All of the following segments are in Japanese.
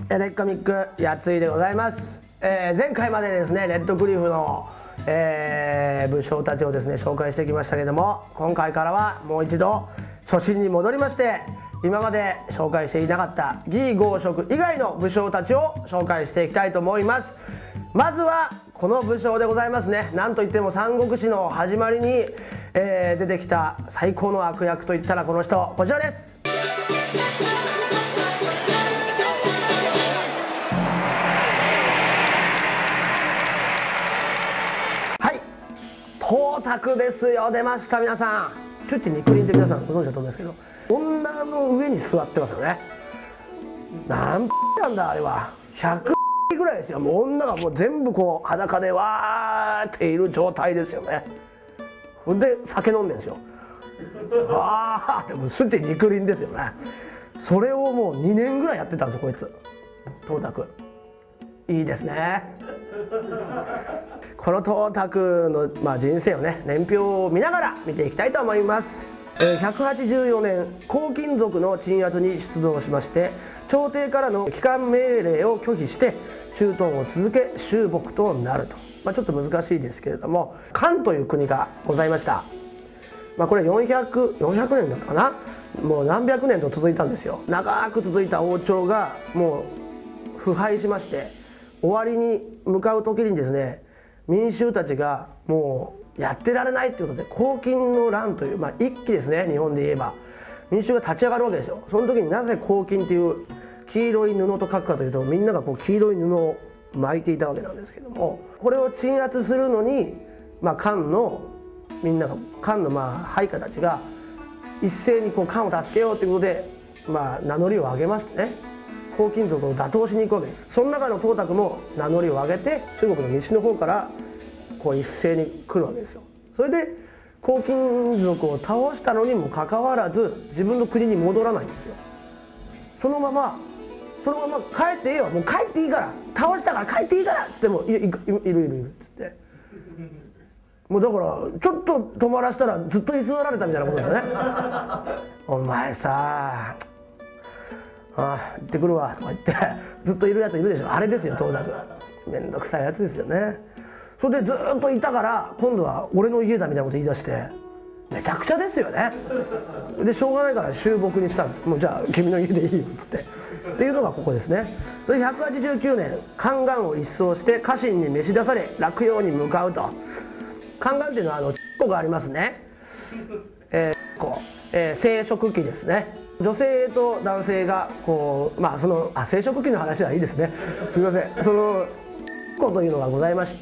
レッカミックやついでございます。前回までですねレッドクリフの、武将たちをですね紹介してきましたけども、今回からはもう一度初心に戻りまして、今まで紹介していなかった魏豪蜀以外の武将たちを紹介していきたいと思います。まずはこの武将でございますね。なんといっても三国志の始まりに、出てきた最高の悪役といったらこの人、こちらです。董卓ですよ。出ました。皆さんチュッチ肉林って皆さんご存知だと思うんですけど、女の上に座ってますよね。何なんだあれは。100ぐらいですよ。もう女がもう全部こう裸でわーっている状態ですよね。ほんで酒飲んでるんですよ。ああってもうチュッチ肉林ですよね。それをもう2年ぐらいやってたんですよこいつ。董卓いいですね。この董卓の、人生をね、年表を見ながら見ていきたいと思います。184年黄巾族の鎮圧に出動しまして、朝廷からの帰還命令を拒否して駐屯を続け収牧となると、ちょっと難しいですけれども、漢という国がございました。これ400年だったかな。もう何百年と続いたんですよ。長く続いた王朝がもう腐敗しまして、終わりに向かう時にですね、民衆たちがもうやってられないということで黄巾の乱という、一揆ですね。日本で言えば民衆が立ち上がるわけですよ。その時になぜ黄巾っていう黄色い布と書くかというと、みんながこう黄色い布を巻いていたわけなんですけども、これを鎮圧するのに、漢のみんなが漢の配下たちが一斉にこう漢を助けようということで、名乗りを上げましてね、黄巾族を打倒しに行くわけです。その中の董卓も名乗りを上げて中国の西の方からこう一斉に来るわけですよ。それで黄巾族を倒したのにもかかわらず自分の国に戻らないんですよ。そのまま帰っていいよ、もう帰っていいから、倒したから帰っていいからっつっても、いるっつって、もうだからちょっと止まらせたらずっと居座られたみたいなことですよね。お前さ行ってくるわとか言ってずっといるやついるでしょ。あれですよ董卓。めんどくさいやつですよね。それでずっといたから、今度は俺の家だみたいなこと言い出して、めちゃくちゃですよね。でしょうがないから収牧にしたんです。もうじゃあ君の家でいいよっつっていうのがここですね。それで189年宦官を一掃して家臣に召し出され洛陽に向かうと。宦官っていうのは子がありますね。生殖期ですね。女性と男性がこう、その生殖期の話はいいですね。すみません。その子というのがございまして、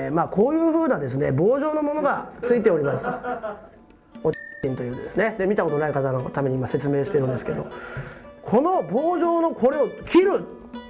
こういう風なですね棒状のものがついております。おというですね。で見たことない方のために今説明してるんですけど、この棒状のこれを切る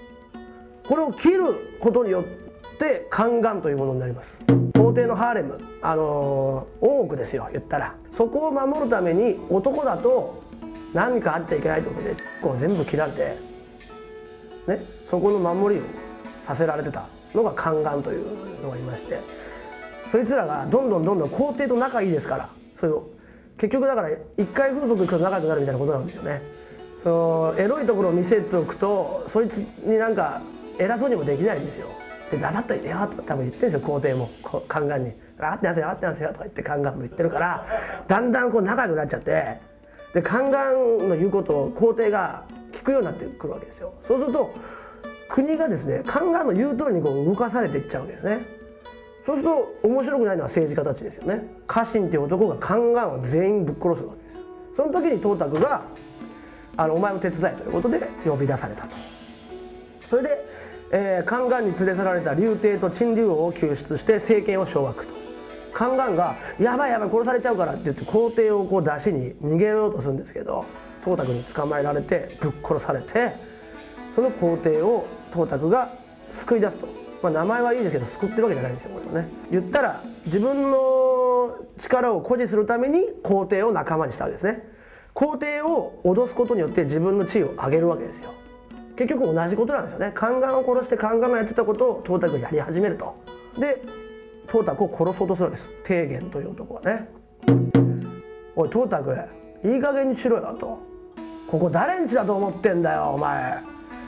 ことによって宦官というものになります。皇帝のハーレム、大奥ですよ言ったら。そこを守るために男だと何かあっちゃいけないということでこう全部切られて、ね、そこの守りをさせられてたのが宦官というのがいまして、そいつらがどんどん皇帝と仲いいですから、それを結局だから一回風俗行くと仲良くなるみたいなことなんですよね。そのエロいところを見せておくとそいつになんか偉そうにもできないんですよ。で黙っといてよとか多分言ってるんですよ皇帝も宦官に。分かってますよ分かってますよとか言って宦官も言ってるから、だんだんこう仲良くなっちゃって、で宦官の言うことを皇帝が聞くようになってくるわけですよ。そうすると国がですね宦官の言う通りにこう動かされていっちゃうわけですね。そうすると面白くないのは政治家たちですよね。家臣っていう男が宦官を全員ぶっ殺すわけです。その時に董卓がお前も手伝いということで呼び出されたと。それで、宦官に連れ去られた劉帝と陳留王を救出して政権を掌握と。宦官がやばい殺されちゃうからって言って皇帝をこう出しに逃げようとするんですけど、董卓に捕まえられてぶっ殺されて、その皇帝を董卓が救い出すと。名前はいいですけど救ってるわけじゃないんですよこれはね。言ったら自分の力を誇示するために皇帝を仲間にしたわけですね。皇帝を脅すことによって自分の地位を上げるわけですよ。結局同じことなんですよね。宦官を殺して宦官がやってたことを董卓がやり始めると。で董卓を殺そうとするわけです。提言という男はね。おい董卓いい加減にしろよと。ここ誰んちだと思ってんだよお前。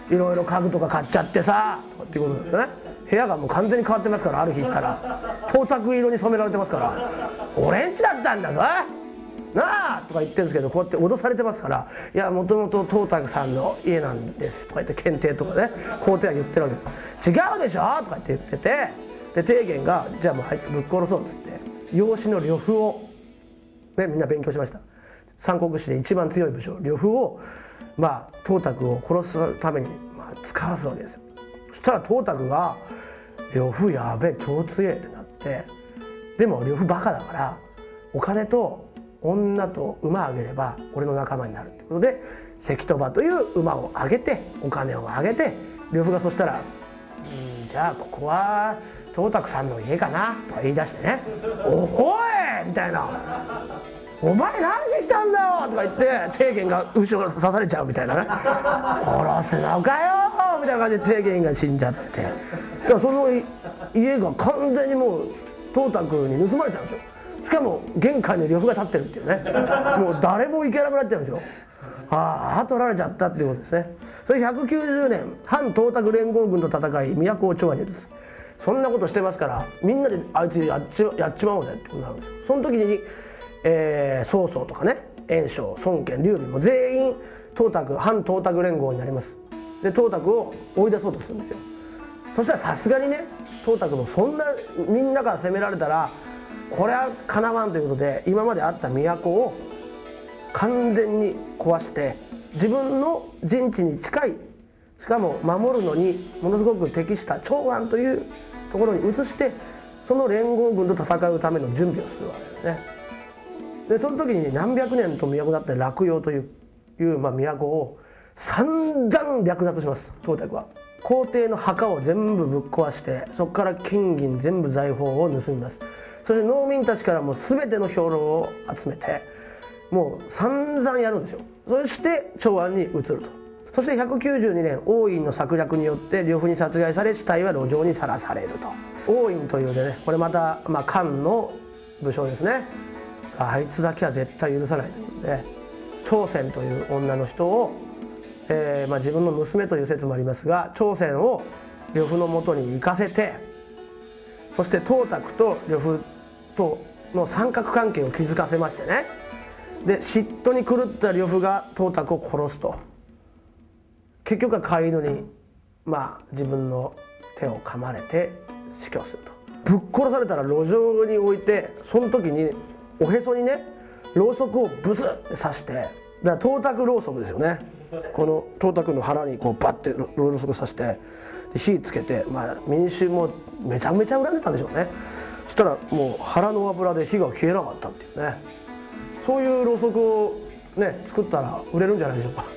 いろいろ家具とか買っちゃってさとかっていうことですよね。部屋がもう完全に変わってますから、ある日行ったら銅鐸色に染められてますから、俺んちだったんだぞなあとか言ってるんですけど、こうやって脅されてますから、いやもともと銅鐸さんの家なんですとか言って検定とかね、皇帝は言ってるわけです。違うでしょとか言ってて、で提言がじゃあもうあいつぶっ殺そうっつって、養子の呂布を、ね、みんな勉強しました。三国志で一番強い武将呂布を銅鐸を殺すために使わすわけですよ。そしたら銅鐸が呂布やべえ超強えってなって、でも呂布バカだからお金と女と馬あげれば俺の仲間になるってことで、関戸馬という馬をあげてお金をあげて、呂布がそしたらじゃあここは銅鐸さんの家かなとか言い出してね、おほいみたいな、お前何しに来たんだよとか言って提言が後ろから刺されちゃうみたいなね、殺すのかよみたいな感じで提言が死んじゃって、だからその家が完全にもう銅鐸に盗まれちゃうんですよ。しかも玄関に呂布が立ってるっていうね、もう誰も行けなくなっちゃうんですよ。取られちゃったっていうことですね。それ190年反銅鐸連合軍と戦い都を長安に移す、そんなことしてますからみんなであいつやっちまおうぜってことになるんですよ。その時に曹操とかね、袁紹、孫権、劉備も全員反銅鐸連合になります。で銅鐸を追い出そうとするんですよ。そしたらさすがにね、銅鐸もそんなみんなから攻められたらこれはかなわんということで、今まであった都を完全に壊して自分の陣地に近い、しかも守るのにものすごく適した長安というところに移して、その連合軍と戦うための準備をするわけですね。でその時に、ね、何百年と都だった洛陽という都を散々略奪します。銅鐸は皇帝の墓を全部ぶっ壊して、そこから金銀全部財宝を盗みます。そして農民たちからも全ての兵糧を集めてもう散々やるんですよ。そして長安に移ると。そして192年王院の策略によって呂布に殺害され、死体は路上にさらされると。王院というでね、これまた漢の武将ですね。あいつだけは絶対許さないということで、朝鮮という女の人を、自分の娘という説もありますが、朝鮮を呂布のもとに行かせて、そして銅鐸と呂布との三角関係を築かせましてね、で嫉妬に狂った呂布が銅鐸を殺すと。結局は飼い犬に自分の手を噛まれて死去すると。ぶっ殺されたら路上に置いて、その時におへそにねろうそくをブスって刺して、だから銅鐸ろうそくですよね。この銅鐸の腹にこうバッてろうそく刺して火つけて、民衆もめちゃめちゃ恨んでたんでしょうね。そしたらもう腹の油で火が消えなかったっていうね、そういうろうそくをね作ったら売れるんじゃないでしょうか。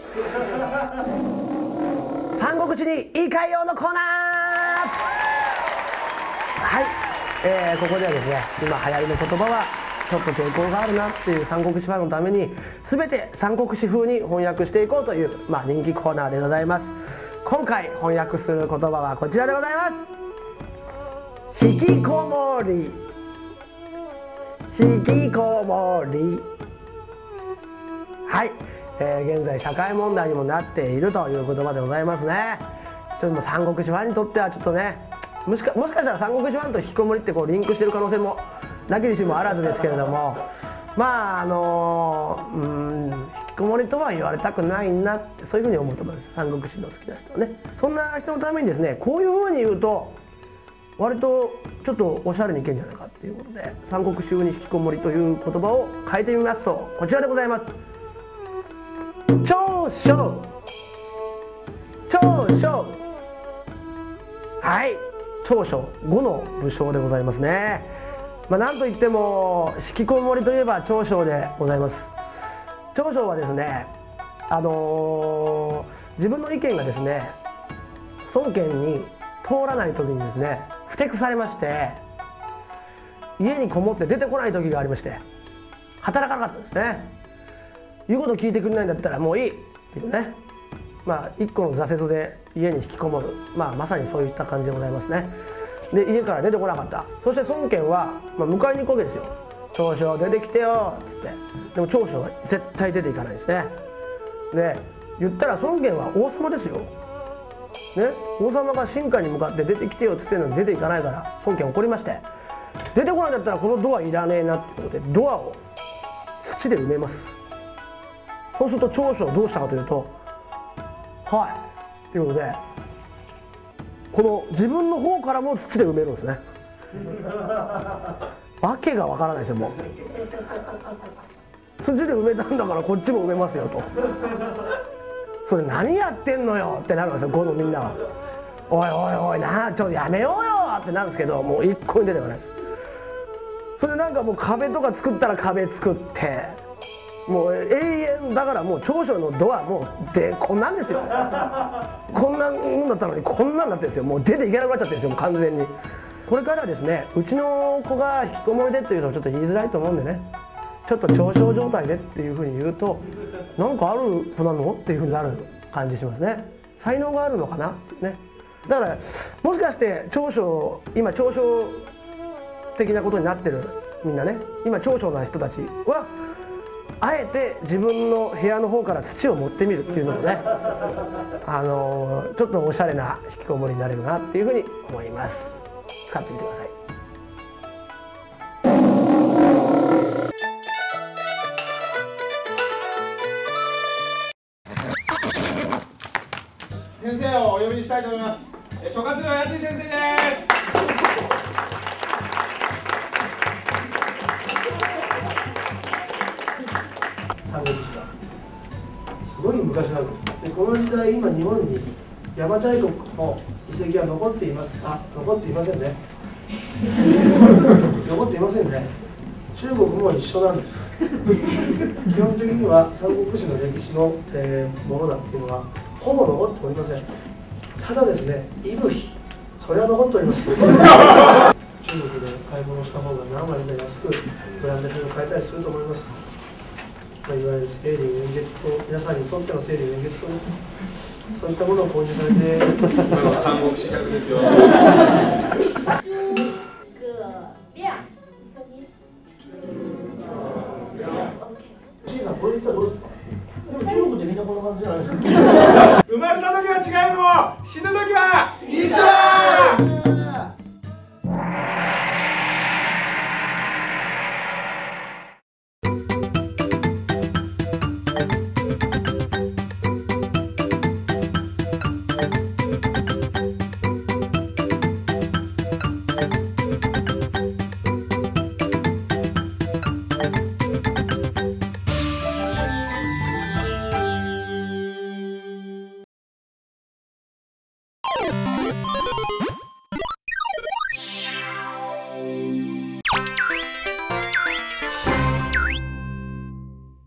三国志に言い換えようのコーナー。はい、ここではですね、今流行りの言葉はちょっと抵抗があるなっていう三国志ファンのために、全て三国志風に翻訳していこうという、人気コーナーでございます。今回翻訳する言葉はこちらでございます。引きこもり、引きこもり。はい、現在社会問題にもなっているという言葉でございますね。ちょっと三国志ファンにとってはちょっとね、もしかしたら三国志ファンと引きこもりってリンクしてる可能性もなきにしもあらずですけれども、引きこもりとは言われたくないなって、そういうふうに思うと思います。三国志の好きな人はね。そんな人のためにですね、こういうふうに言うと割とちょっとおしゃれにいけんじゃないかっていうことで、三国志風に引きこもりという言葉を変えてみますと、こちらでございます。長所、長所。はい、長所5の武将でございますね。なんといっても引きこもりといえば長所でございます。長所はですね、自分の意見がですね孫権に通らない時にですねふてくされまして、家にこもって出てこない時がありまして、働かなかったんですね。言うこと聞いてくれないんだったらもういいっていうね、一個の挫折で家に引きこもる、まさにそういった感じでございますね。で家から出てこなかった。そして孫権は、迎えに行くわけですよ。長所出てきてよっつって。でも長所は絶対出ていかないですね。で言ったら孫権は王様ですよ。 王様が神官に向かって出てきてよっつってんのに出ていかないから孫権怒りまして、出てこないんだったらこのドアいらねえなってことでドアを土で埋めます。そうすると長所はどうしたかというと、はいということでこの自分の方からも土で埋めるんですね。わけがわからないですよ。もう土で埋めたんだからこっちも埋めますよと。それ何やってんのよってなるんですよ、このみんなが。おいおいおいな、ちょっとやめようよってなるんですけど、もう一個に出てこないです。それでなんかもう壁とか作ったら壁作って、もう永遠だから、もう長所のドアもうでこんなんですよ。こんなもんだったのにこんなんなってるんですよ。もう出ていけなくなっちゃってるんですよ、もう完全に。これからですね、うちの子が引きこもりでっていうのはちょっと言いづらいと思うんでね、ちょっと長所状態でっていうふうに言うと、なんかある子なのっていうふうになる感じしますね。才能があるのかなね。だからもしかして今長所的なことになってるみんなね、今長所な人たちはあえて自分の部屋の方から土を持ってみるっていうのもね、ちょっとおしゃれな引きこもりになれるなっていうふうに思います。使ってみてください。 先生をお呼びしたいと思います。諸葛亮やつい先生です。 三国志はすごい昔なんです。でこの時代、今日本に邪馬台国の遺跡は残っています。残っていませんね。残っていませんね。中国も一緒なんです。基本的には三国志の歴史の、ものだっていうのはほぼ残っておりません。ただですね、息吹、それは残っております。中国で買い物した方が何割か安くブランド品を買えたりすると思います。いわゆる整理円月と、皆さんにとっての整理円月とですね、そういったものを購入されて三国志客ですよ。 小さん、これ言ったらどうですか？でも中国でみんなこんな感じじゃないですか。 生まれた時は違うのも死ぬ時は一緒！